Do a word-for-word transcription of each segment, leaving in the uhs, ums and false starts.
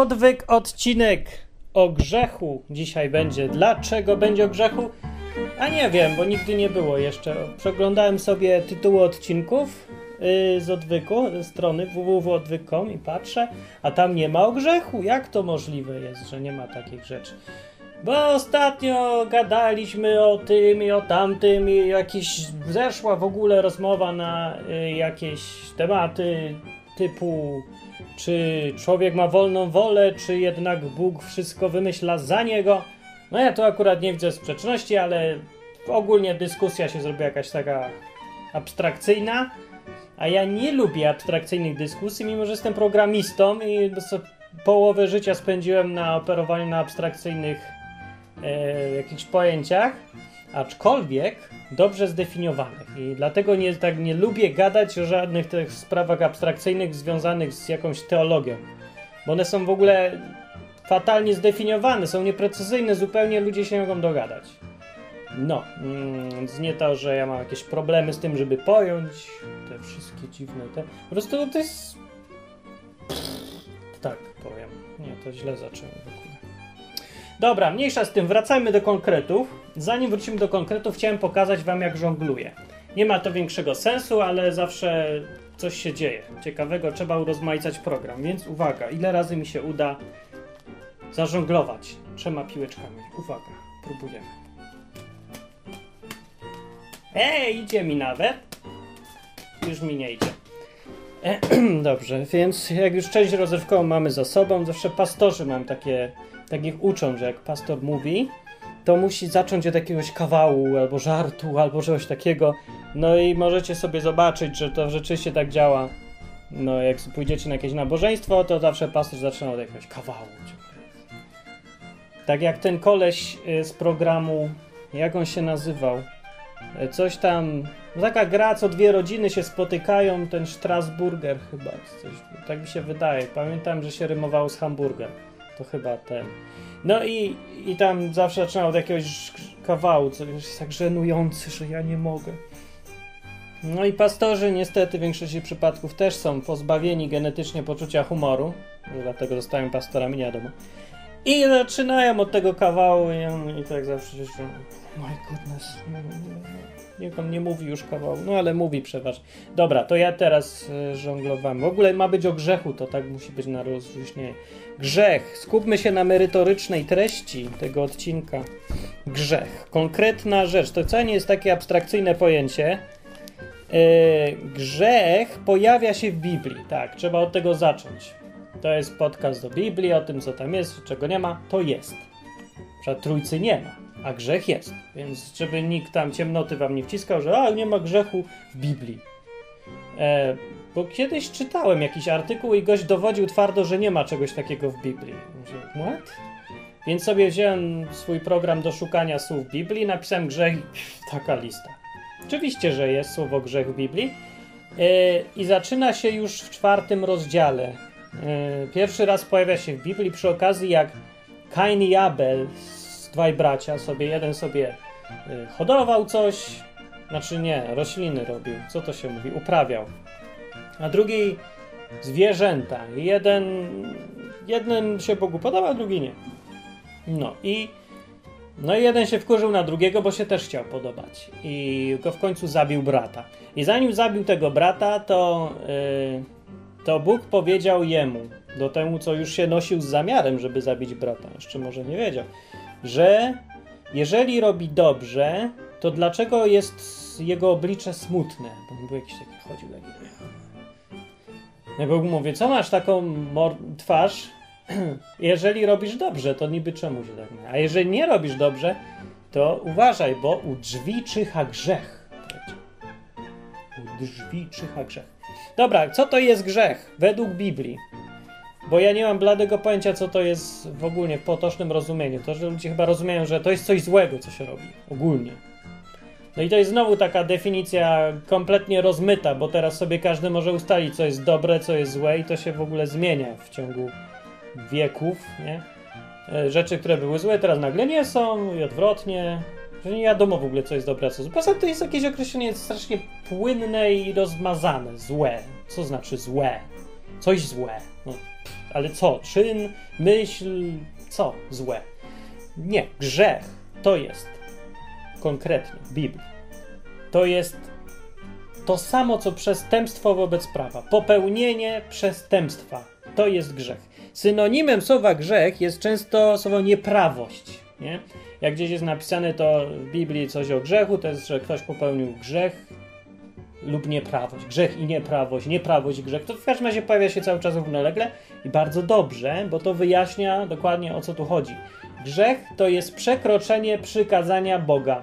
Odwyk, odcinek o grzechu dzisiaj będzie. Dlaczego będzie o grzechu? A nie wiem, bo nigdy nie było jeszcze. Przeglądałem sobie tytuły odcinków yy, z odwyku, ze strony w w w kropka odwyk kropka com i patrzę, a tam nie ma o grzechu. Jak to możliwe jest, że nie ma takich rzeczy? Bo ostatnio gadaliśmy o tym i o tamtym i jakieś zeszła w ogóle rozmowa na y, jakieś tematy typu czy człowiek ma wolną wolę, czy jednak Bóg wszystko wymyśla za niego. No ja tu akurat nie widzę sprzeczności, ale ogólnie dyskusja się zrobiła jakaś taka abstrakcyjna, a ja nie lubię abstrakcyjnych dyskusji, mimo że jestem programistą i połowę życia spędziłem na operowaniu na abstrakcyjnych e, jakichś pojęciach, aczkolwiek dobrze zdefiniowanych i dlatego nie, tak nie lubię gadać o żadnych tych sprawach abstrakcyjnych związanych z jakąś teologią, bo one są w ogóle fatalnie zdefiniowane, są nieprecyzyjne, zupełnie ludzie się nie mogą dogadać. No, więc nie to, że ja mam jakieś problemy z tym, żeby pojąć te wszystkie dziwne te... Po prostu to jest... Tak powiem. Nie, to źle zacząłem w ogóle. Dobra, mniejsza z tym, wracajmy do konkretów. Zanim wrócimy do konkretów, chciałem pokazać wam, jak żongluję. Nie ma to większego sensu, ale zawsze coś się dzieje ciekawego, trzeba urozmaicać program, więc uwaga, ile razy mi się uda zażonglować trzema piłeczkami. Uwaga, próbujemy. Ej, idzie mi nawet. Już mi nie idzie. E, dobrze, więc jak już część rozrywkową mamy za sobą, zawsze pastorzy mam takie, takich uczą, że jak pastor mówi, to musi zacząć od jakiegoś kawału, albo żartu, albo czegoś takiego. No i możecie sobie zobaczyć, że to rzeczywiście tak działa. No jak pójdziecie na jakieś nabożeństwo, to zawsze pastor zaczyna od jakiegoś kawału. Tak jak ten koleś z programu, jak on się nazywał? Coś tam, taka gra, co dwie rodziny się spotykają, ten Strasburger chyba, coś, tak mi się wydaje. Pamiętam, że się rymowało z hamburger. To chyba ten. No i, i tam zawsze zaczynał od jakiegoś kawału, co jest tak żenujący, że ja nie mogę. No i pastorzy niestety w większości przypadków też są pozbawieni genetycznie poczucia humoru, dlatego zostają pastorami, nie wiadomo. I zaczynają od tego kawału i, i tak zawsze się że my goodness, niech on nie mówi już kawału, no ale mówi przeważnie. Dobra, to ja teraz y, żonglowałem. W ogóle ma być o grzechu, to tak musi być na rozluźnienie. Grzech. Skupmy się na merytorycznej treści tego odcinka. Grzech. Konkretna rzecz. To wcale nie jest takie abstrakcyjne pojęcie. Yy, grzech pojawia się w Biblii. Tak, trzeba od tego zacząć. To jest podcast o Biblii, o tym, co tam jest, czego nie ma. To jest. Że trójcy nie ma, a grzech jest. Więc żeby nikt tam ciemnoty wam nie wciskał, że a, nie ma grzechu w Biblii. E, bo kiedyś czytałem jakiś artykuł i gość dowodził twardo, że nie ma czegoś takiego w Biblii. What? Więc sobie wziąłem swój program do szukania słów w Biblii, napisałem grzech i pff, taka lista. Oczywiście, że jest słowo grzech w Biblii e, i zaczyna się już w czwartym rozdziale. E, pierwszy raz pojawia się w Biblii przy okazji, jak Kain i Abel, dwaj bracia, sobie jeden sobie y, hodował coś, znaczy nie, rośliny robił, co to się mówi, uprawiał, a drugi zwierzęta. Jeden, jeden się Bogu podobał, drugi nie. No i no i jeden się wkurzył na drugiego, bo się też chciał podobać i go w końcu zabił brata. I zanim zabił tego brata, to, y, to Bóg powiedział jemu, do temu, co już się nosił z zamiarem, żeby zabić brata, jeszcze może nie wiedział, że jeżeli robi dobrze, to dlaczego jest jego oblicze smutne? Bo był jakiś taki chodził taki. Ja Bóg mówi, co masz taką mor- twarz? Jeżeli robisz dobrze, to niby czemu się tak ma? A jeżeli nie robisz dobrze, to uważaj, bo u drzwi czyha grzech. U drzwi czyha grzech. Dobra, co to jest grzech według Biblii? Bo ja nie mam bladego pojęcia, co to jest w ogóle w potocznym rozumieniu. To, że ludzie chyba rozumieją, że to jest coś złego, co się robi. Ogólnie. No i to jest znowu taka definicja kompletnie rozmyta, bo teraz sobie każdy może ustalić, co jest dobre, co jest złe i to się w ogóle zmienia w ciągu wieków, nie? Rzeczy, które były złe, teraz nagle nie są i odwrotnie. Że nie wiadomo w ogóle, co jest dobre, a co złe. Poza tym to jest jakieś określenie strasznie płynne i rozmazane. Złe. Co znaczy złe? Coś złe. No. ale co? Czyn, myśl, co? Złe. Nie, grzech to jest konkretnie w Biblii. To jest to samo, co przestępstwo wobec prawa. Popełnienie przestępstwa. To jest grzech. Synonimem słowa grzech jest często słowo nieprawość. Nie? Jak gdzieś jest napisane to w Biblii coś o grzechu, to jest, że ktoś popełnił grzech lub nieprawość. Grzech i nieprawość, nieprawość i grzech. To w każdym razie pojawia się cały czas równolegle i bardzo dobrze, bo to wyjaśnia dokładnie, o co tu chodzi. Grzech to jest przekroczenie przykazania Boga.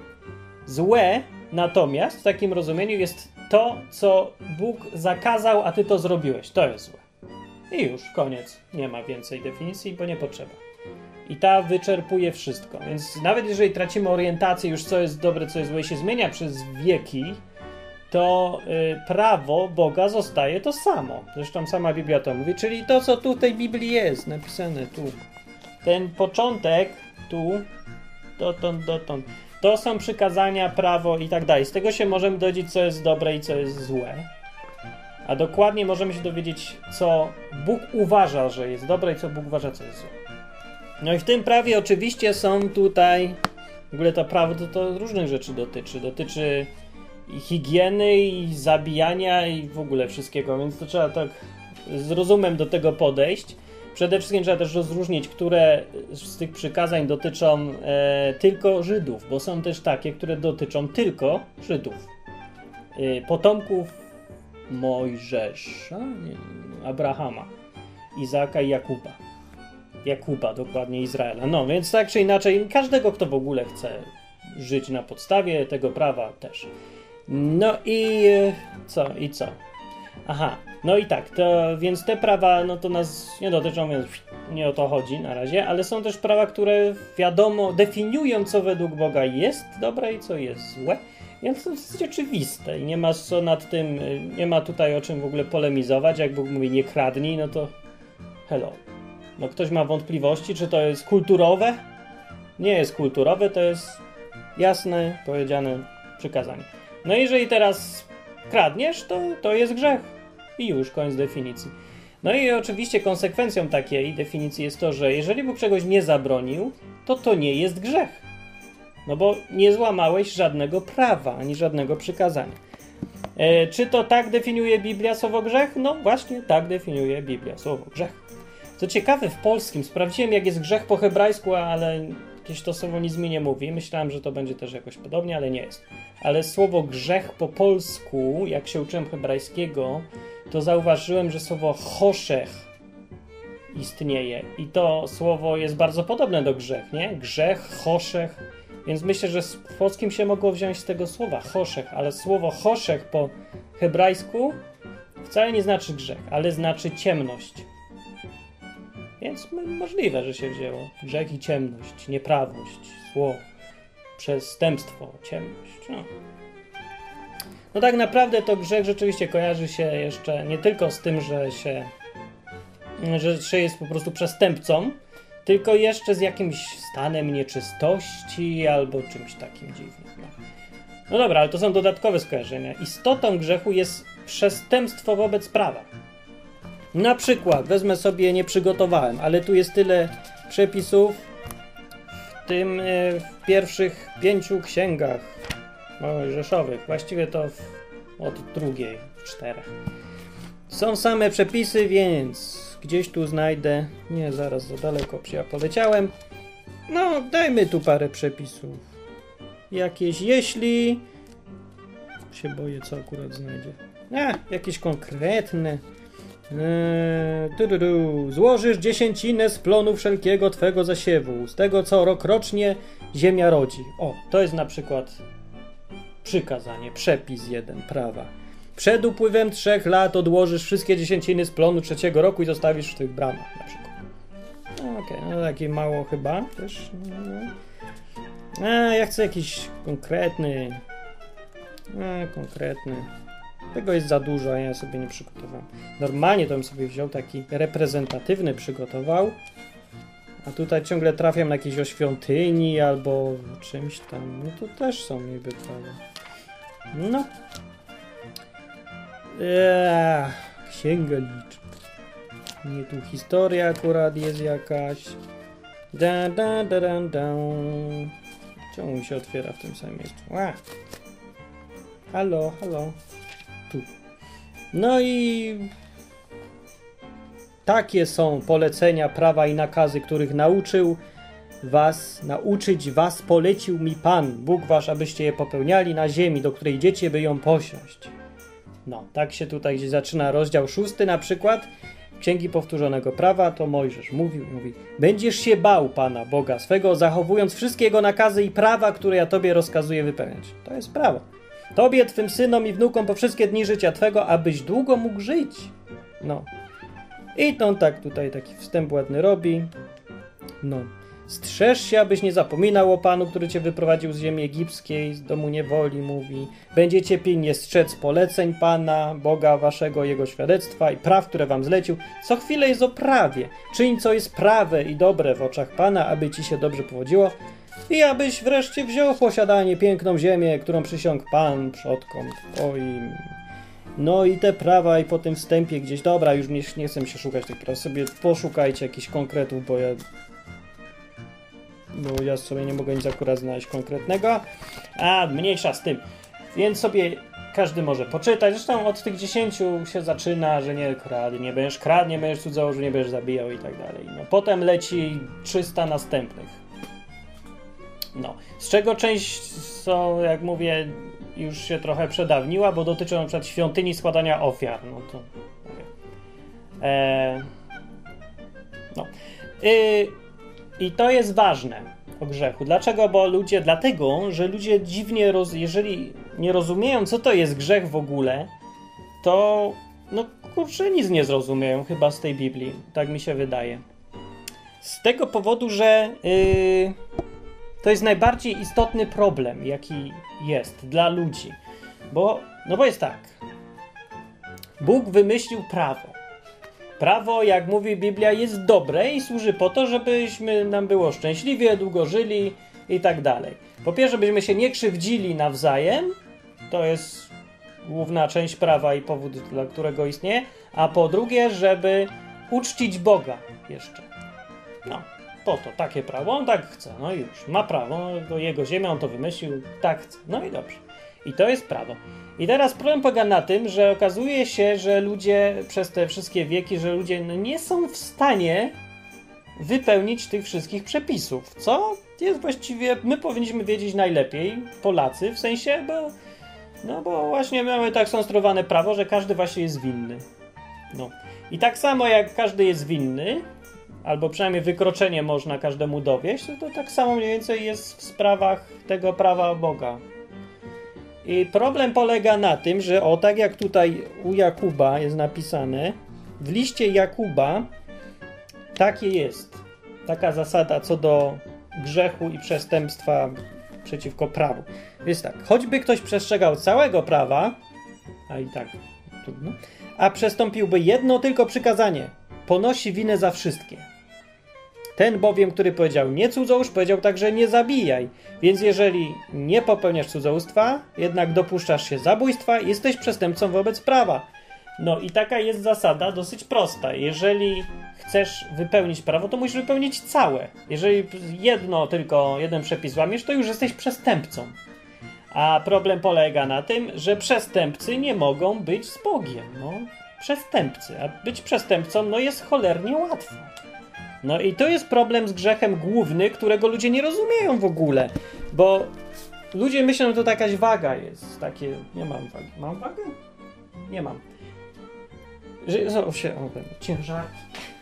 Złe natomiast w takim rozumieniu jest to, co Bóg zakazał, a ty to zrobiłeś. To jest złe. I już, koniec. Nie ma więcej definicji, bo nie potrzeba. I ta wyczerpuje wszystko. Więc nawet jeżeli tracimy orientację już, co jest dobre, co jest złe, i się zmienia przez wieki, to y, prawo Boga zostaje to samo. Zresztą sama Biblia to mówi, czyli to, co tu w tej Biblii jest napisane tu. Ten początek tu, dotąd, dotąd. To są przykazania, prawo i tak dalej. Z tego się możemy dowiedzieć, co jest dobre i co jest złe. A dokładnie możemy się dowiedzieć, co Bóg uważa, że jest dobre i co Bóg uważa, co jest złe. No i w tym prawie oczywiście są tutaj, w ogóle to prawo to, to różnych rzeczy dotyczy. Dotyczy i higieny, i zabijania, i w ogóle wszystkiego, więc to trzeba tak z rozumem do tego podejść. Przede wszystkim trzeba też rozróżnić, które z tych przykazań dotyczą e, tylko Żydów, bo są też takie, które dotyczą tylko Żydów. E, potomków Mojżesza, nie, Abrahama, Izaaka i Jakuba. Jakuba, dokładnie Izraela. No, więc tak czy inaczej, każdego, kto w ogóle chce żyć na podstawie tego prawa też. No i co? I co? Aha, no i tak, to więc te prawa, no to nas nie dotyczą, więc nie o to chodzi na razie, ale są też prawa, które wiadomo, definiują, co według Boga jest dobre i co jest złe, więc to jest oczywiste i nie ma co nad tym, nie ma tutaj o czym w ogóle polemizować. Jak Bóg mówi nie kradnij, no to hello. No ktoś ma wątpliwości, czy to jest kulturowe? Nie jest kulturowe, to jest jasne, powiedziane przykazanie. No i jeżeli teraz kradniesz, to, to jest grzech. I już, koniec definicji. No i oczywiście konsekwencją takiej definicji jest to, że jeżeli Bóg czegoś nie zabronił, to to nie jest grzech. No bo nie złamałeś żadnego prawa, ani żadnego przykazania. E, czy to tak definiuje Biblia słowo grzech? No właśnie, tak definiuje Biblia słowo grzech. Co ciekawe, w polskim sprawdziłem, jak jest grzech po hebrajsku, ale jakieś to słowo nic mi nie mówi. Myślałem, że to będzie też jakoś podobnie, ale nie jest. Ale słowo grzech po polsku, jak się uczyłem hebrajskiego, to zauważyłem, że słowo choszech istnieje. I to słowo jest bardzo podobne do grzech, nie? Grzech, choszech. Więc myślę, że w polskim się mogło wziąć z tego słowa choszech, ale słowo choszech po hebrajsku wcale nie znaczy grzech, ale znaczy ciemność. Więc możliwe, że się wzięło. Grzech i ciemność, nieprawość, zło, przestępstwo, ciemność. No. no tak naprawdę to grzech rzeczywiście kojarzy się jeszcze nie tylko z tym, że się, że się jest po prostu przestępcą, tylko jeszcze z jakimś stanem nieczystości albo czymś takim dziwnym. No. no dobra, ale to są dodatkowe skojarzenia. Istotą grzechu jest przestępstwo wobec prawa. Na przykład, wezmę sobie, nie przygotowałem, ale tu jest tyle przepisów w tym w pierwszych pięciu księgach mojżeszowych, właściwie to w, od drugiej, w czterech. Są same przepisy, więc gdzieś tu znajdę, nie, zaraz za daleko ja poleciałem, no dajmy tu parę przepisów. Jakieś, jeśli, się boję, co akurat znajdzie, a, jakieś konkretne. Eee, tududu. Złożysz dziesięcinę z plonu wszelkiego twego zasiewu, z tego co rokrocznie ziemia rodzi. O, to jest na przykład przykazanie, przepis jeden prawa. Przed upływem trzech lat odłożysz wszystkie dziesięciny z plonu trzeciego roku i zostawisz w tych bramach na przykład. No, okej, okay, no takie mało chyba też. No. A, ja chcę jakiś konkretny. A, konkretny. Tego jest za dużo, a ja sobie nie przygotowałem. Normalnie to bym sobie wziął taki reprezentatywny, przygotował, a tutaj ciągle trafiam na jakieś o świątyni albo czymś tam. No tu też są niby prawa. No. Eee, księga liczb. Nie, tu historia akurat jest jakaś. Da, da, da, da, da. Czemu mi się otwiera w tym samym miejscu? A. Halo, halo. Tu. No i takie są polecenia, prawa i nakazy, których nauczył was, nauczyć was polecił mi Pan, Bóg wasz, abyście je popełniali na ziemi, do której idziecie, by ją posiąść. No, tak się tutaj gdzieś zaczyna rozdział szósty na przykład. Księgi Powtórzonego Prawa, to Mojżesz mówił, mówi: będziesz się bał Pana, Boga swego, zachowując wszystkie Jego nakazy i prawa, które ja Tobie rozkazuję wypełniać. To jest prawo. Tobie, Twym synom i wnukom po wszystkie dni życia Twego, abyś długo mógł żyć. No. I to on tak tutaj taki wstęp ładny robi. No. Strzeż się, abyś nie zapominał o Panu, który cię wyprowadził z ziemi egipskiej, z domu niewoli, mówi. Będziecie pilnie strzec poleceń Pana, Boga waszego, Jego świadectwa i praw, które wam zlecił. Co chwilę jest o prawie. Czyń, co jest prawe i dobre w oczach Pana, aby ci się dobrze powodziło i abyś wreszcie wziął w posiadanie piękną ziemię, którą przysiągł Pan przodkom twoim. No i te prawa i po tym wstępie gdzieś, dobra, już nie, nie chcę się szukać tych praw, sobie poszukajcie jakichś konkretów, bo ja... bo ja sobie nie mogę nic akurat znaleźć konkretnego, a mniejsza z tym, więc sobie każdy może poczytać, zresztą od tych dziesięciu się zaczyna, że nie kradł, nie będziesz kradł, nie będziesz cudzołożył, nie będziesz zabijał i tak dalej, no potem leci trzysta następnych, no, z czego część są, jak mówię, już się trochę przedawniła, bo dotyczą na przykład świątyni składania ofiar, no to eee, no yy, i to jest ważne o grzechu. Dlaczego? Bo ludzie, dlatego, że ludzie dziwnie, roz, jeżeli nie rozumieją, co to jest grzech w ogóle, to no kurczę, nic nie zrozumieją chyba z tej Biblii. Tak mi się wydaje. Z tego powodu, że yy, to jest najbardziej istotny problem, jaki jest dla ludzi. Bo, no bo jest tak. Bóg wymyślił prawo. Prawo, jak mówi Biblia, jest dobre i służy po to, żebyśmy nam było szczęśliwie, długo żyli i tak dalej. Po pierwsze, żebyśmy się nie krzywdzili nawzajem, to jest główna część prawa i powód, dla którego istnieje, a po drugie, żeby uczcić Boga jeszcze. No, po to, takie prawo, on tak chce, no i już, ma prawo, to jego ziemia, on to wymyślił, tak chce, no i dobrze. I to jest prawo. I teraz problem polega na tym, że okazuje się, że ludzie przez te wszystkie wieki, że ludzie no nie są w stanie wypełnić tych wszystkich przepisów, co jest właściwie, my powinniśmy wiedzieć najlepiej, Polacy, w sensie, bo no bo właśnie mamy tak skonstruowane prawo, że każdy właśnie jest winny. No. I tak samo jak każdy jest winny, albo przynajmniej wykroczenie można każdemu dowieść, to, to tak samo mniej więcej jest w sprawach tego prawa Boga. I problem polega na tym, że o tak jak tutaj u Jakuba jest napisane, w liście Jakuba takie jest, taka zasada co do grzechu i przestępstwa przeciwko prawu. Jest tak, choćby ktoś przestrzegał całego prawa, a i tak trudno, a przestąpiłby jedno tylko przykazanie, ponosi winę za wszystkie. Ten bowiem, który powiedział nie cudzołóż, powiedział także nie zabijaj. Więc jeżeli nie popełniasz cudzołóstwa, jednak dopuszczasz się zabójstwa, jesteś przestępcą wobec prawa. No i taka jest zasada dosyć prosta. Jeżeli chcesz wypełnić prawo, to musisz wypełnić całe. Jeżeli jedno tylko, jeden przepis łamiesz, to już jesteś przestępcą. A problem polega na tym, że przestępcy nie mogą być z Bogiem. No, przestępcy. A być przestępcą no jest cholernie łatwo. No i to jest problem z grzechem główny, którego ludzie nie rozumieją w ogóle, bo ludzie myślą, że to jakaś waga jest, takie, nie mam wagi, mam wagę? Nie mam. Że, o, się, o, ciężarki.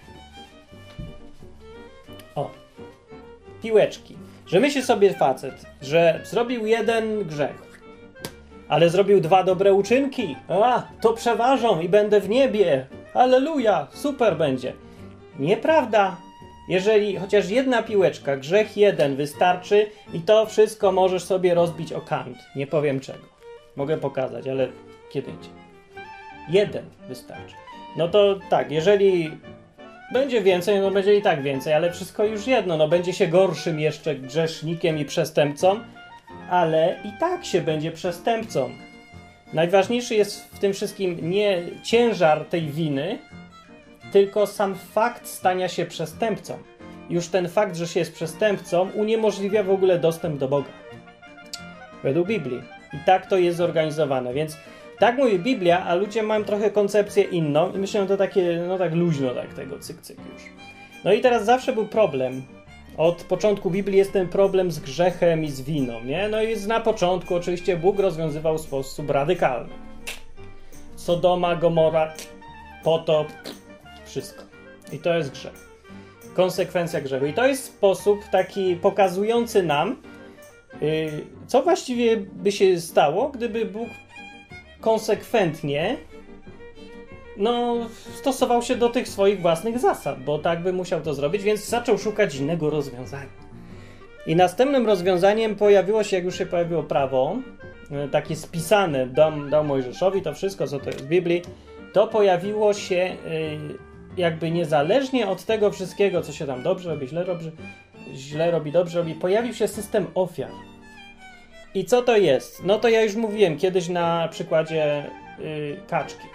O, piłeczki. Że myśli sobie facet, że zrobił jeden grzech, ale zrobił dwa dobre uczynki, a, to przeważą i będę w niebie, halleluja, super będzie. Nieprawda. Jeżeli chociaż jedna piłeczka, grzech jeden wystarczy i to wszystko możesz sobie rozbić o kant. Nie powiem czego. Mogę pokazać, ale kiedy indziej. Jeden wystarczy. No to tak, jeżeli będzie więcej, no będzie i tak więcej, ale wszystko już jedno. No będzie się gorszym jeszcze grzesznikiem i przestępcą, ale i tak się będzie przestępcą. Najważniejszy jest w tym wszystkim nie ciężar tej winy, tylko sam fakt stania się przestępcą. Już ten fakt, że się jest przestępcą, uniemożliwia w ogóle dostęp do Boga. Według Biblii. I tak to jest zorganizowane, więc tak mówi Biblia, a ludzie mają trochę koncepcję inną i myślę, że to takie, no tak luźno, tak tego cyk, cyk już. No i teraz zawsze był problem. Od początku Biblii jest ten problem z grzechem i z winą, nie? No i na początku oczywiście Bóg rozwiązywał w sposób radykalny. Sodoma, Gomora, potop, wszystko. I to jest grzech. Konsekwencja grzechu. I to jest sposób taki pokazujący nam, yy, co właściwie by się stało, gdyby Bóg konsekwentnie no, stosował się do tych swoich własnych zasad, bo tak by musiał to zrobić, więc zaczął szukać innego rozwiązania. I następnym rozwiązaniem pojawiło się, jak już się pojawiło prawo, takie spisane, dał, dał Mojżeszowi to wszystko, co to jest w Biblii, to pojawiło się yy, jakby niezależnie od tego wszystkiego, co się tam dobrze robi, źle robi, źle robi, dobrze robi, pojawił się system ofiar. I co to jest? No to ja już mówiłem kiedyś na przykładzie yy, kaczki.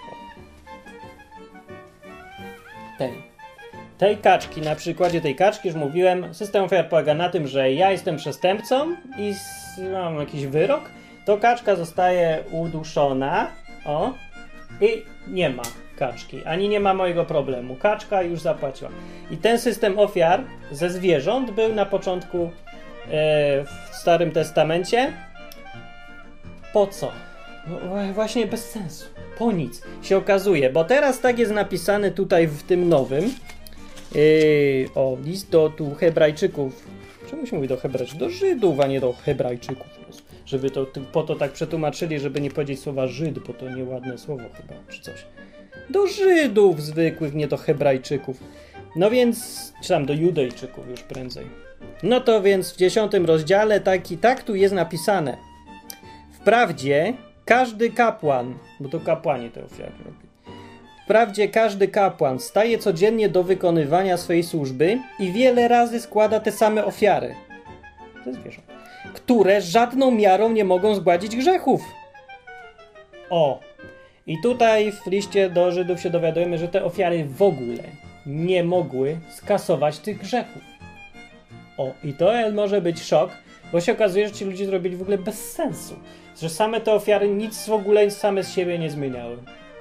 Tej. Tej kaczki, na przykładzie tej kaczki już mówiłem, system ofiar polega na tym, że ja jestem przestępcą i mam jakiś wyrok, to kaczka zostaje uduszona, o, i nie ma kaczki, ani nie ma mojego problemu. Kaczka już zapłaciła. I ten system ofiar ze zwierząt był na początku e, w Starym Testamencie. Po co? No, właśnie bez sensu. Po nic się okazuje, bo teraz tak jest napisane tutaj w tym nowym. Yy, o, list do tu Hebrajczyków. Czemu się mówi do Hebrajczyków? Do Żydów, a nie do Hebrajczyków. Żeby to po to tak przetłumaczyli, żeby nie powiedzieć słowa Żyd, bo to nieładne słowo chyba, czy coś. Do Żydów zwykłych, nie do Hebrajczyków. No więc, czy tam do Judejczyków już prędzej. No to więc w dziesiątym rozdziale taki, tak tu jest napisane. Wprawdzie każdy kapłan, bo to kapłani te ofiary robi. Wprawdzie każdy kapłan staje codziennie do wykonywania swojej służby i wiele razy składa te same ofiary. Ze zwierząt. Które żadną miarą nie mogą zgładzić grzechów. O! I tutaj w liście do Żydów się dowiadujemy, że te ofiary w ogóle nie mogły skasować tych grzechów. O! I to może być szok, bo się okazuje, że ci ludzie zrobili w ogóle bez sensu. Że same te ofiary nic w ogóle same z siebie nie zmieniały.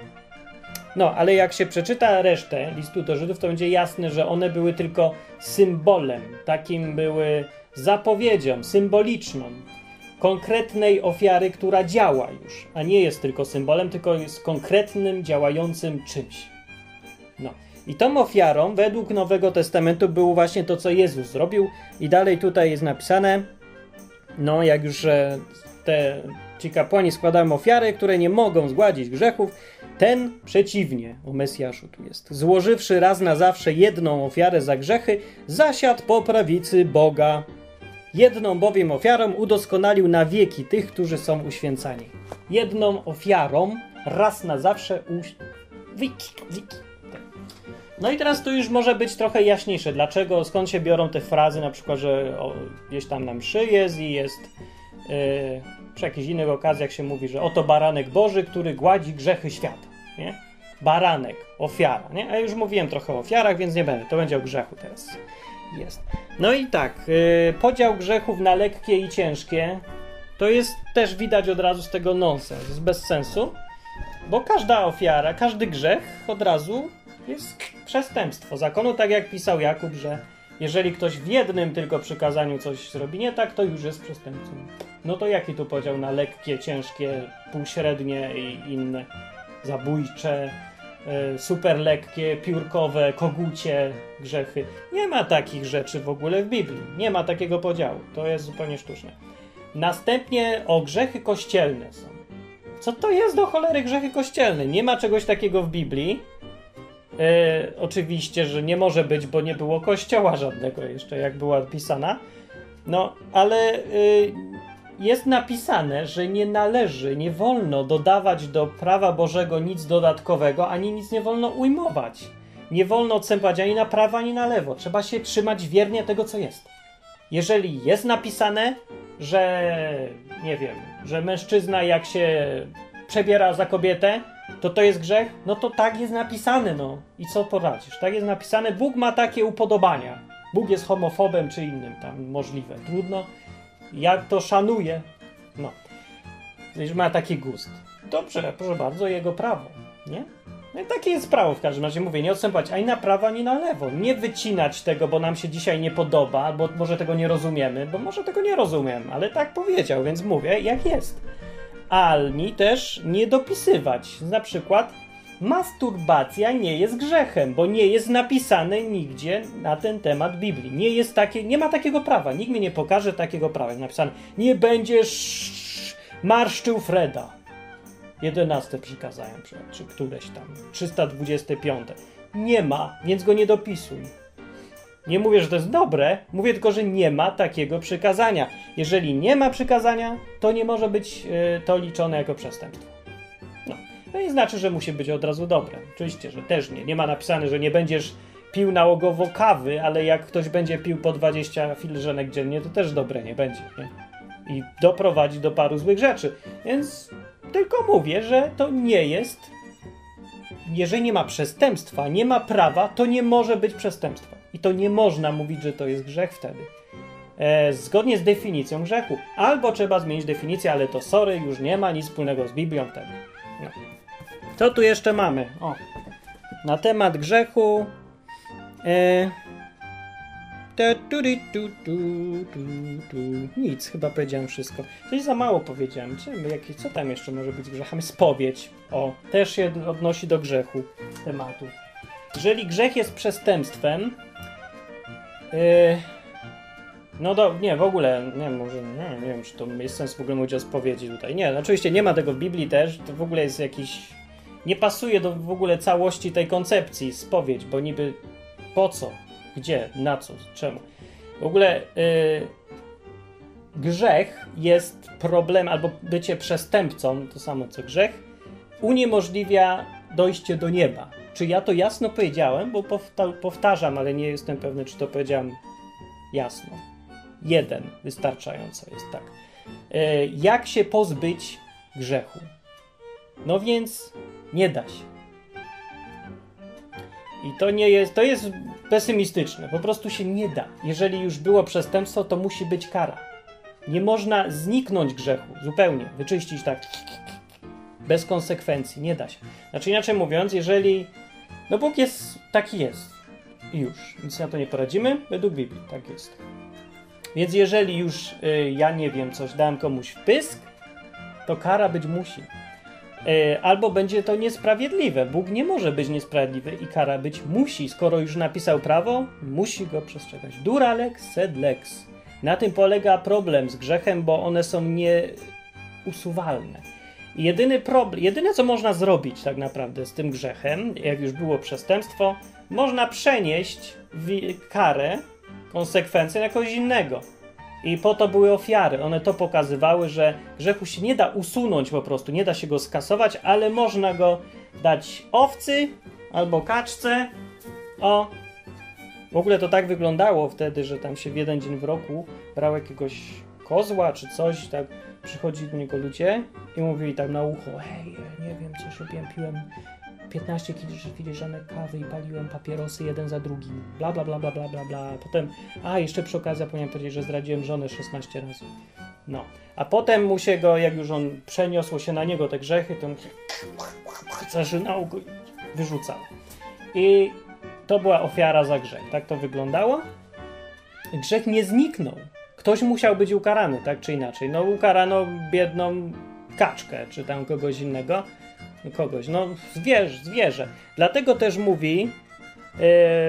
No, ale jak się przeczyta resztę listu do Żydów, to będzie jasne, że one były tylko symbolem. Takim były zapowiedzią symboliczną konkretnej ofiary, która działa już, a nie jest tylko symbolem, tylko jest konkretnym, działającym czymś. No. I tą ofiarą według Nowego Testamentu było właśnie to, co Jezus zrobił. I dalej tutaj jest napisane, no jak już e, te ci kapłani składają ofiary, które nie mogą zgładzić grzechów, ten przeciwnie, o Mesjaszu tu jest, złożywszy raz na zawsze jedną ofiarę za grzechy, zasiadł po prawicy Boga. Jedną bowiem ofiarą udoskonalił na wieki tych, którzy są uświęcani. Jedną ofiarą raz na zawsze uś... Wiki, wiki. No i teraz tu już może być trochę jaśniejsze, dlaczego, skąd się biorą te frazy, na przykład, że o, gdzieś tam na mszy jest i jest yy, przy jakichś innych okazjach się mówi, że oto baranek Boży, który gładzi grzechy świata. Nie? Baranek, ofiara. Nie? A już mówiłem trochę o ofiarach, więc nie będę, to będzie o grzechu teraz. Jest. No i tak, yy, podział grzechów na lekkie i ciężkie to jest też widać od razu z tego nonsens, jest bez sensu, bo każda ofiara, każdy grzech od razu jest przestępstwo zakonu, tak jak pisał Jakub, że jeżeli ktoś w jednym tylko przykazaniu coś zrobi nie tak, to już jest przestępcą. No to jaki tu podział na lekkie, ciężkie, półśrednie i inne, zabójcze, yy, super lekkie, piórkowe, kogucie grzechy? Nie ma takich rzeczy w ogóle w Biblii. Nie ma takiego podziału. To jest zupełnie sztuczne. Następnie o grzechy kościelne są. Co to jest do cholery grzechy kościelne? Nie ma czegoś takiego w Biblii. Yy, oczywiście, że nie może być, bo nie było kościoła żadnego jeszcze, jak była pisana. No, ale yy, jest napisane, że nie należy, nie wolno dodawać do prawa Bożego nic dodatkowego, ani nic nie wolno ujmować. Nie wolno odstępować ani na prawo, ani na lewo. Trzeba się trzymać wiernie tego, co jest. Jeżeli jest napisane, że nie wiem, że mężczyzna jak się przebiera za kobietę, to to jest grzech? No to tak jest napisane, no. I co poradzisz? Tak jest napisane, Bóg ma takie upodobania. Bóg jest homofobem czy innym tam możliwe. Trudno. Jak to szanuje? No. Że ma taki gust. Dobrze, proszę bardzo, jego prawo, nie? No i takie jest prawo w każdym razie, mówię, nie odstępować ani na prawo, ani na lewo. Nie wycinać tego, bo nam się dzisiaj nie podoba, bo może tego nie rozumiemy, bo może tego nie rozumiem, ale tak powiedział, więc mówię, jak jest. Ani też nie dopisywać. Na przykład masturbacja nie jest grzechem, bo nie jest napisane nigdzie na ten temat Biblii. Nie jest takie, nie ma takiego prawa. Nikt mi nie pokaże takiego prawa. Jest napisane, nie będziesz marszczył Freda. jedenaste przykazania, czy któreś tam, trzysta dwadzieścia pięć. Nie ma, więc go nie dopisuj. Nie mówię, że to jest dobre, mówię tylko, że nie ma takiego przykazania. Jeżeli nie ma przykazania, to nie może być y, to liczone jako przestępstwo. No, to nie znaczy, że musi być od razu dobre. Oczywiście, że też nie. Nie ma napisane, że nie będziesz pił nałogowo kawy, ale jak ktoś będzie pił po dwadzieścia filiżanek dziennie, to też dobre nie będzie, nie? I doprowadzi do paru złych rzeczy. Więc tylko mówię, że to nie jest... Jeżeli nie ma przestępstwa, nie ma prawa, to nie może być przestępstwa. I to nie można mówić, że to jest grzech wtedy. E, zgodnie z definicją grzechu. Albo trzeba zmienić definicję, ale to sorry, już nie ma nic wspólnego z Biblią wtedy. No. Co tu jeszcze mamy? O. Na temat grzechu... E, Tu, tu, tu, tu, tu. Nic, chyba powiedziałem wszystko. Coś za mało powiedziałem. Czy, co tam jeszcze może być z grzechem? Spowiedź. O, też się odnosi do grzechu tematu. Jeżeli grzech jest przestępstwem, yy, no do, nie, w ogóle, nie, może, nie, nie wiem, czy to jest sens w ogóle mówić o spowiedzi tutaj. Nie, oczywiście nie ma tego w Biblii też, to w ogóle jest jakiś, nie pasuje do w ogóle całości tej koncepcji spowiedź, bo niby po co? Gdzie? Na co? Czemu? W ogóle yy, grzech jest problem, albo bycie przestępcą, to samo co grzech, uniemożliwia dojście do nieba. Czy ja to jasno powiedziałem? Bo powta- powtarzam, ale nie jestem pewny, czy to powiedziałem jasno. Jeden wystarczająco jest tak. Yy, jak się pozbyć grzechu? No więc nie da się. I to nie jest, to jest pesymistyczne. Po prostu się nie da. Jeżeli już było przestępstwo, to musi być kara. Nie można zniknąć grzechu. Zupełnie. Wyczyścić tak. Bez konsekwencji. Nie da się. Znaczy inaczej mówiąc, jeżeli... No Bóg jest... Taki jest. I już. Nic na to nie poradzimy. Według Biblii. Tak jest. Więc jeżeli już, y, ja nie wiem, coś dałem komuś w pysk, to kara być musi. Albo będzie to niesprawiedliwe. Bóg nie może być niesprawiedliwy i kara być musi. Skoro już napisał prawo, musi go przestrzegać. Dura lex sed lex. Na tym polega problem z grzechem, bo one są nieusuwalne. I jedyny problem, jedyne co można zrobić tak naprawdę z tym grzechem, jak już było przestępstwo, można przenieść karę, konsekwencje na kogoś innego. I po to były ofiary. One to pokazywały, że grzechu się nie da usunąć po prostu, nie da się go skasować, ale można go dać owcy albo kaczce. O, w ogóle to tak wyglądało wtedy, że tam się w jeden dzień w roku brał jakiegoś kozła czy coś, tak przychodzili do niego ludzie i mówili tak na ucho, hej, nie wiem co się piłem, piłem piętnaście filiżanek kawy i paliłem papierosy jeden za drugim, bla bla bla bla bla bla bla. Potem, a jeszcze przy okazji zapomniałem powiedzieć, że zdradziłem żonę szesnaście razy. No, a potem mu się go, jak już on przeniosło się na niego te grzechy, to on się zażynał go i wyrzucał. I to była ofiara za grzech. Tak to wyglądało. Grzech nie zniknął. Ktoś musiał być ukarany, tak czy inaczej. No ukarano biedną kaczkę, czy tam kogoś innego. Kogoś, no zwierzę, zwierzę. Dlatego też mówi yy,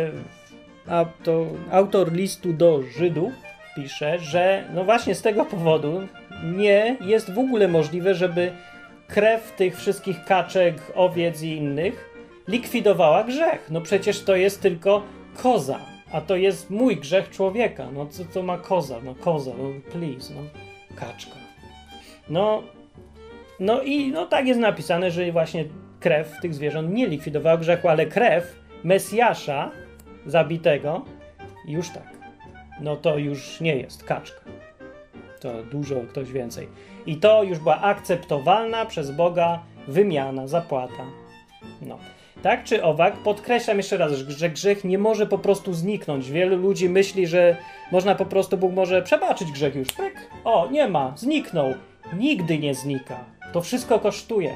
a to autor listu do Żydów pisze, że no właśnie z tego powodu nie jest w ogóle możliwe, żeby krew tych wszystkich kaczek, owiec i innych likwidowała grzech. No przecież to jest tylko koza, a to jest mój grzech człowieka. No co to ma koza? No koza, no please, no kaczka. No No i no tak jest napisane, że właśnie krew tych zwierząt nie likwidowała grzechu, ale krew Mesjasza zabitego już tak. No to już nie jest kaczka. To dużo ktoś więcej. I to już była akceptowalna przez Boga wymiana, zapłata. No. Tak czy owak, podkreślam jeszcze raz, że grzech nie może po prostu zniknąć. Wielu ludzi myśli, że można po prostu, Bóg może przebaczyć grzech już. Tak? O, nie ma, zniknął. Nigdy nie znika. To wszystko kosztuje.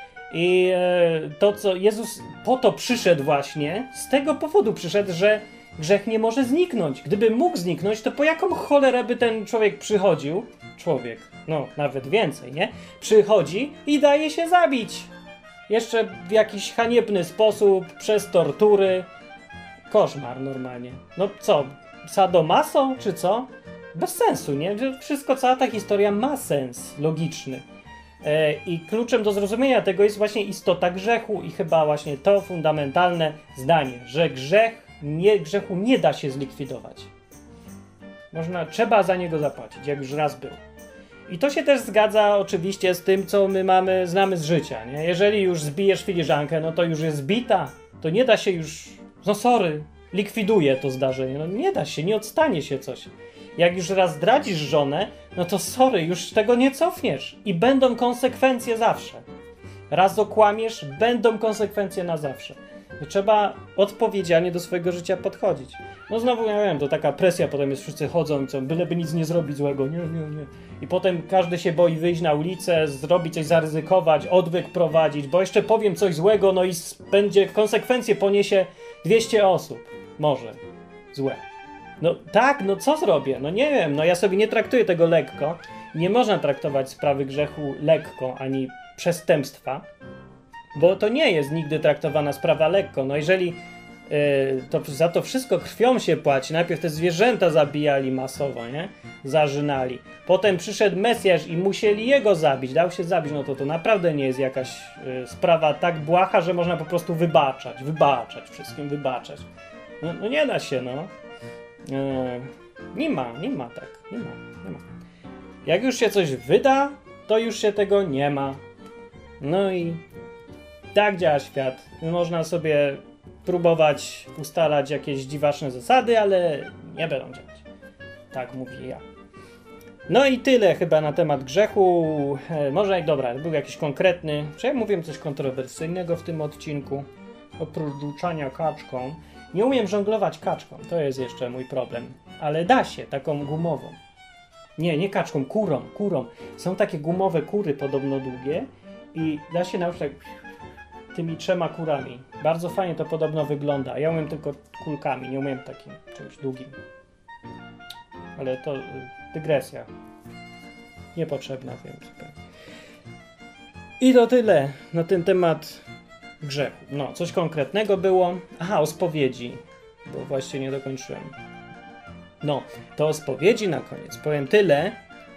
I e, to, co Jezus po to przyszedł właśnie, z tego powodu przyszedł, że grzech nie może zniknąć. Gdyby mógł zniknąć, to po jaką cholerę by ten człowiek przychodził? Człowiek, no nawet więcej, nie? Przychodzi i daje się zabić. Jeszcze w jakiś haniebny sposób, przez tortury. Koszmar normalnie. No co, sadomaso czy co? Bez sensu, nie? Wszystko, cała ta historia ma sens logiczny. E, I kluczem do zrozumienia tego jest właśnie istota grzechu i chyba właśnie to fundamentalne zdanie, że grzech nie, grzechu nie da się zlikwidować. Można, trzeba za niego zapłacić, jak już raz był. I to się też zgadza oczywiście z tym, co my mamy, znamy z życia, nie? Jeżeli już zbijesz filiżankę, no to już jest zbita, to nie da się już, no sorry, likwiduje to zdarzenie, no nie da się, nie odstanie się coś. Jak już raz zdradzisz żonę, no to sorry, już tego nie cofniesz i będą konsekwencje zawsze. Raz okłamiesz, będą konsekwencje na zawsze. Trzeba odpowiedzialnie do swojego życia podchodzić. No znowu, ja wiem, to taka presja, potem jest, wszyscy chodzą i co, byleby nic nie zrobić złego, nie, nie, nie. I potem każdy się boi wyjść na ulicę, zrobić coś, zaryzykować, odwyk prowadzić, bo jeszcze powiem coś złego, no i będzie, konsekwencje poniesie dwieście osób. Może. Złe. No tak, no co zrobię? No nie wiem, no ja sobie nie traktuję tego lekko. Nie można traktować sprawy grzechu lekko, ani przestępstwa, bo to nie jest nigdy traktowana sprawa lekko. No jeżeli yy, to za to wszystko krwią się płaci, najpierw te zwierzęta zabijali masowo, nie? Zarzynali. Potem przyszedł Mesjasz i musieli jego zabić, dał się zabić, no to to naprawdę nie jest jakaś yy, sprawa tak błaha, że można po prostu wybaczać, wybaczać, wszystkim wybaczać. No, no nie da się, no. Yy, nie ma, nie ma tak, nie ma, nie ma. Jak już się coś wyda, to już się tego nie ma. No i tak działa świat. Można sobie próbować ustalać jakieś dziwaczne zasady, ale nie będą działać. Tak mówię ja. No i tyle chyba na temat grzechu. E, może, dobra, był jakiś konkretny, czy ja mówiłem coś kontrowersyjnego w tym odcinku? Oprócz rzucania kaczką. Nie umiem żonglować kaczką, to jest jeszcze mój problem. Ale da się, taką gumową. Nie, nie kaczką, kurą, kurą. Są takie gumowe kury podobno długie i da się nauczyć tak tymi trzema kurami. Bardzo fajnie to podobno wygląda. Ja umiem tylko kulkami, nie umiem takim czymś długim. Ale to y, dygresja. Niepotrzebna, wiem zupełnie. I to tyle na ten temat grzechu. No, coś konkretnego było. Aha, o spowiedzi, bo właśnie nie dokończyłem. No, to o spowiedzi na koniec. Powiem tyle,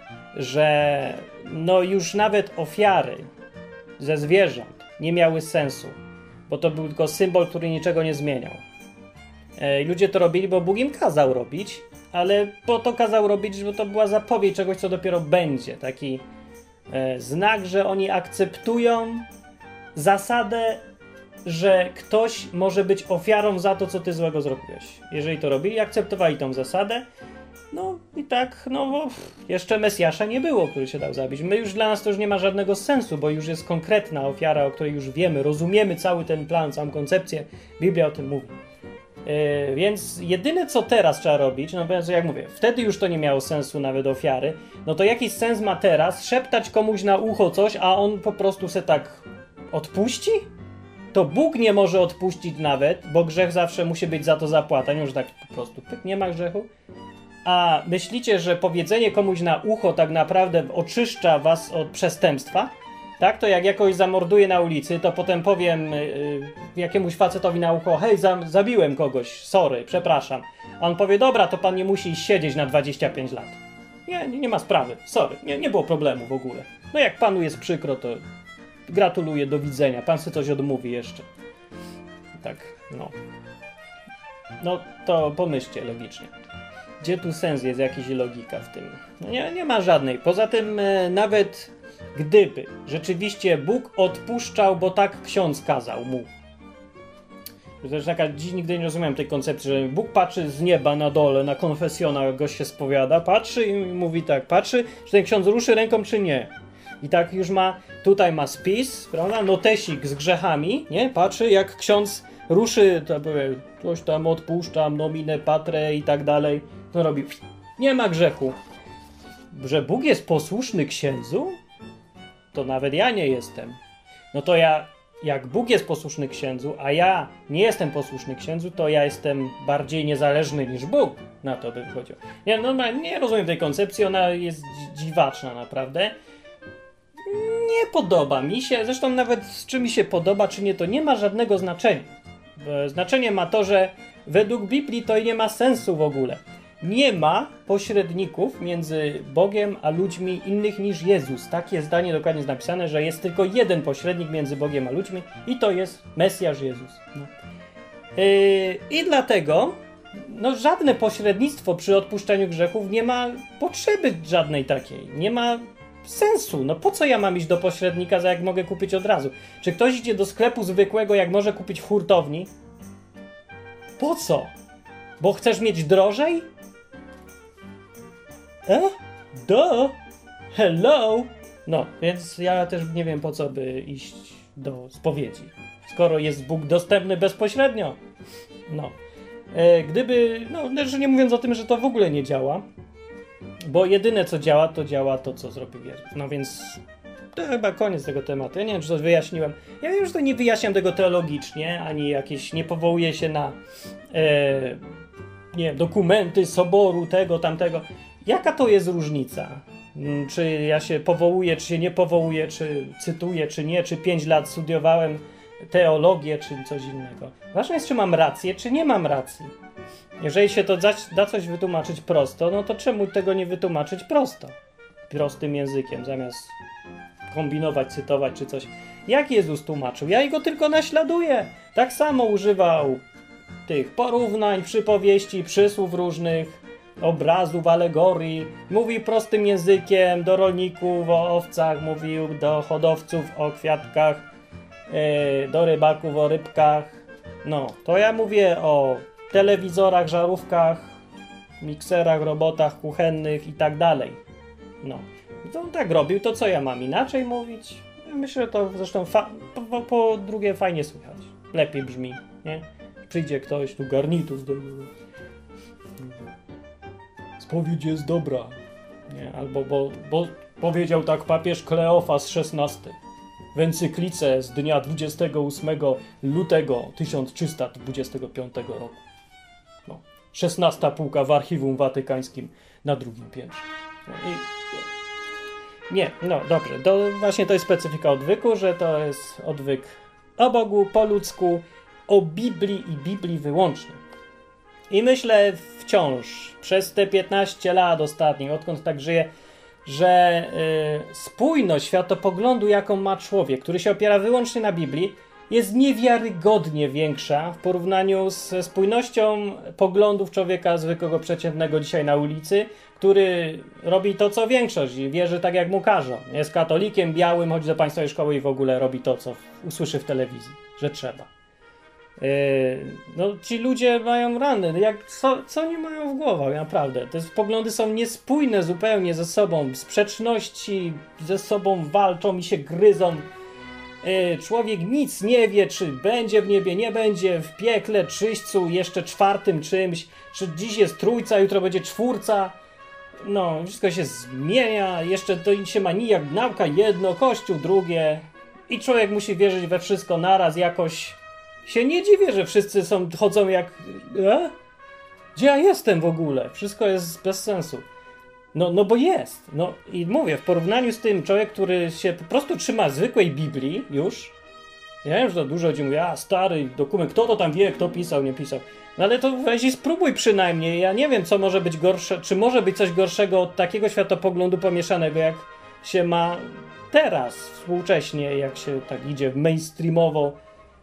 że no już nawet ofiary ze zwierząt nie miały sensu, bo to był tylko symbol, który niczego nie zmieniał. E, ludzie to robili, bo Bóg im kazał robić, ale po to kazał robić, bo to była zapowiedź czegoś, co dopiero będzie. Taki e, znak, że oni akceptują zasadę, że ktoś może być ofiarą za to, co ty złego zrobiłeś. Jeżeli to robili, akceptowali tą zasadę, no i tak, no bo jeszcze Mesjasza nie było, który się dał zabić. My już, dla nas to już nie ma żadnego sensu, bo już jest konkretna ofiara, o której już wiemy, rozumiemy cały ten plan, całą koncepcję, Biblia o tym mówi. Yy, więc jedyne, co teraz trzeba robić, no więc jak mówię, wtedy już to nie miało sensu nawet ofiary, no to jakiś sens ma teraz szeptać komuś na ucho coś, a on po prostu se tak odpuści? To Bóg nie może odpuścić nawet, bo grzech zawsze musi być za to zapłata, nie może tak po prostu, pyk, nie ma grzechu. A myślicie, że powiedzenie komuś na ucho tak naprawdę oczyszcza was od przestępstwa? Tak? To jak jakoś zamorduję na ulicy, to potem powiem yy, jakiemuś facetowi na ucho, hej, za, zabiłem kogoś, sorry, przepraszam. A on powie, dobra, to pan nie musi siedzieć na dwadzieścia pięć lat. Nie, nie, nie ma sprawy, sorry, nie, nie było problemu w ogóle. No jak panu jest przykro, to gratuluję, do widzenia, pan sobie coś odmówi jeszcze. Tak, no. No to pomyślcie logicznie. Gdzie tu sens jest, jakaś logika w tym? No nie, nie ma żadnej. Poza tym e, nawet gdyby rzeczywiście Bóg odpuszczał, bo tak ksiądz kazał mu. To też taka, dziś nigdy nie rozumiem tej koncepcji, że Bóg patrzy z nieba na dole, na konfesjonał, jak gość się spowiada, patrzy i mówi tak, patrzy, czy ten ksiądz ruszy ręką, czy nie. I tak już ma, tutaj ma spis, prawda, notesik z grzechami, nie? Patrzy, jak ksiądz ruszy, to powie, coś tam odpuszczam, nominę, patrę i tak dalej. No robi, nie ma grzechu. Że Bóg jest posłuszny księdzu? To nawet ja nie jestem. No to ja, jak Bóg jest posłuszny księdzu, a ja nie jestem posłuszny księdzu, to ja jestem bardziej niezależny niż Bóg. Na to by wychodziło. Nie, no, nie rozumiem tej koncepcji, ona jest dziwaczna naprawdę. Nie podoba mi się, zresztą nawet czy mi się podoba, czy nie, to nie ma żadnego znaczenia. Znaczenie ma to, że według Biblii to nie ma sensu w ogóle. Nie ma pośredników między Bogiem a ludźmi innych niż Jezus. Takie zdanie dokładnie jest napisane, że jest tylko jeden pośrednik między Bogiem a ludźmi i to jest Mesjasz Jezus. No. Yy, I dlatego no, żadne pośrednictwo przy odpuszczaniu grzechów nie ma potrzeby żadnej takiej. Nie ma sensu. No po co ja mam iść do pośrednika, za jak mogę kupić od razu? Czy ktoś idzie do sklepu zwykłego, jak może kupić w hurtowni? Po co? Bo chcesz mieć drożej? E? Do? Hello? No, więc ja też nie wiem, po co by iść do spowiedzi, skoro jest Bóg dostępny bezpośrednio. No. E, gdyby, no, też nie mówiąc o tym, że to w ogóle nie działa, bo jedyne co działa, to działa to, co zrobił Jezus. No więc to chyba koniec tego tematu. Ja nie wiem, czy to wyjaśniłem. Ja wiem, że to nie wyjaśniam tego teologicznie, ani jakieś, nie powołuję się na e, nie wiem, dokumenty soboru, tego, tamtego. Jaka to jest różnica? Czy ja się powołuję, czy się nie powołuję, czy cytuję, czy nie, czy pięć lat studiowałem teologię, czy coś innego. Ważne jest, czy mam rację, czy nie mam racji. Jeżeli się to da, da coś wytłumaczyć prosto, no to czemu tego nie wytłumaczyć prosto? Prostym językiem, zamiast kombinować, cytować, czy coś. Jak Jezus tłumaczył? Ja jego tylko naśladuję. Tak samo używał tych porównań, przypowieści, przysłów różnych, obrazów, alegorii. Mówił prostym językiem do rolników o owcach, mówił do hodowców o kwiatkach, yy, do rybaków o rybkach. No, to ja mówię o telewizorach, żarówkach, mikserach, robotach kuchennych i tak dalej. No, to on tak robił, to co ja mam inaczej mówić? Myślę, że to zresztą fa- po, po drugie fajnie słychać. Lepiej brzmi, nie? Przyjdzie ktoś, tu garnitur zdejmuje. Spowiedź jest dobra. Nie, albo bo, bo powiedział tak papież Kleofas szesnasty w encyklice z dnia dwudziestego ósmego lutego tysiąc trzysta dwudziestego piątego roku. No, szesnasta półka w Archiwum Watykańskim na drugim piętrze. No i, nie, no dobrze, to właśnie to jest specyfika odwyku, że to jest odwyk o Bogu, po ludzku, o Biblii i Biblii wyłącznie. I myślę wciąż, przez te piętnaście lat ostatnich, odkąd tak żyję, że y, spójność światopoglądu, jaką ma człowiek, który się opiera wyłącznie na Biblii, jest niewiarygodnie większa w porównaniu ze spójnością poglądów człowieka zwykłego, przeciętnego dzisiaj na ulicy, który robi to, co większość i wierzy tak, jak mu każą. Jest katolikiem, białym, chodzi do państwowej szkoły i w ogóle robi to, co usłyszy w telewizji, że trzeba. Yy, no ci ludzie mają rany, jak, co, co oni mają w głowach, naprawdę. Te poglądy są niespójne zupełnie ze sobą, sprzeczności ze sobą walczą i się gryzą. Yy, człowiek nic nie wie, czy będzie w niebie, nie będzie, w piekle, czyśćcu, jeszcze czwartym czymś, czy dziś jest trójca, jutro będzie czwórca. No, wszystko się zmienia, jeszcze to się ma nijak, nauka jedno, kościół drugie i człowiek musi wierzyć we wszystko naraz jakoś. Się nie dziwię, że wszyscy są, chodzą jak... E? Gdzie ja jestem w ogóle? Wszystko jest bez sensu. No, no bo jest. No i mówię, w porównaniu z tym człowiek, który się po prostu trzyma zwykłej Biblii już, ja wiem, że to dużo ludzi mówi, a stary dokument, kto to tam wie, kto pisał, nie pisał. No ale to weź i spróbuj przynajmniej. Ja nie wiem, co może być gorsze, czy może być coś gorszego od takiego światopoglądu pomieszanego, jak się ma teraz, współcześnie, jak się tak idzie mainstreamowo,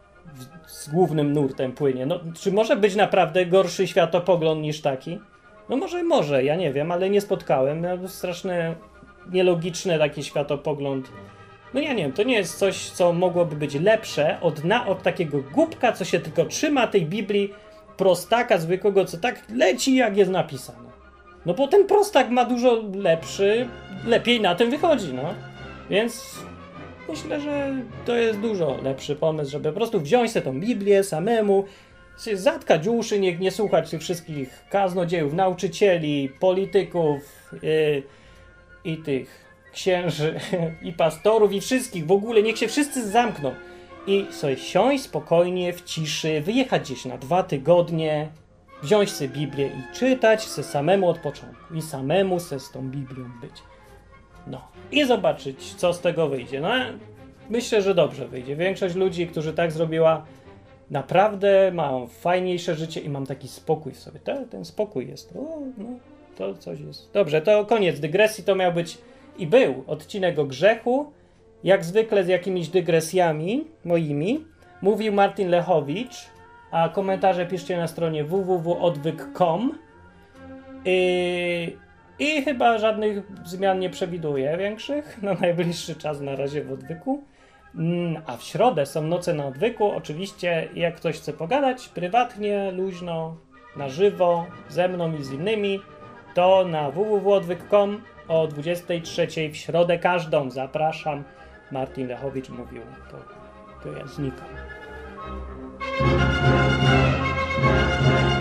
z głównym nurtem płynie. No, czy może być naprawdę gorszy światopogląd niż taki? No może, może, ja nie wiem, ale nie spotkałem. Ja straszny, nielogiczny taki światopogląd. No ja nie wiem, to nie jest coś, co mogłoby być lepsze od, na, od takiego głupka, co się tylko trzyma tej Biblii, prostaka zwykłego, co tak leci, jak jest napisane. No bo ten prostak ma dużo lepszy, lepiej na tym wychodzi, no. Więc myślę, że to jest dużo lepszy pomysł, żeby po prostu wziąć sobie tą Biblię samemu, zatkać uszy, nie, nie słuchać tych wszystkich kaznodziejów, nauczycieli, polityków yy, i tych księży i pastorów i wszystkich, w ogóle niech się wszyscy zamkną i sobie siąść spokojnie, w ciszy, wyjechać gdzieś na dwa tygodnie, wziąć sobie Biblię i czytać se samemu od początku i samemu se z tą Biblią być. No i zobaczyć, co z tego wyjdzie. No myślę, że dobrze wyjdzie. Większość ludzi, którzy tak zrobiła, naprawdę ma fajniejsze życie i mam taki spokój w sobie. To, ten spokój jest. O, no, to coś jest. Dobrze, to koniec dygresji. To miał być i był odcinek o grzechu. Jak zwykle z jakimiś dygresjami moimi. Mówił Martin Lechowicz, a komentarze piszcie na stronie w w w kropka odwyk kropka com. I, I chyba żadnych zmian nie przewiduję większych na najbliższy czas na razie w odwyku. A w środę są noce na odwyku. Oczywiście jak ktoś chce pogadać prywatnie, luźno, na żywo, ze mną i z innymi, to na w w w kropka odwyk kropka com o dwudziestej trzeciej w środę każdą zapraszam. Martin Lechowicz mówił, to, to ja znikam.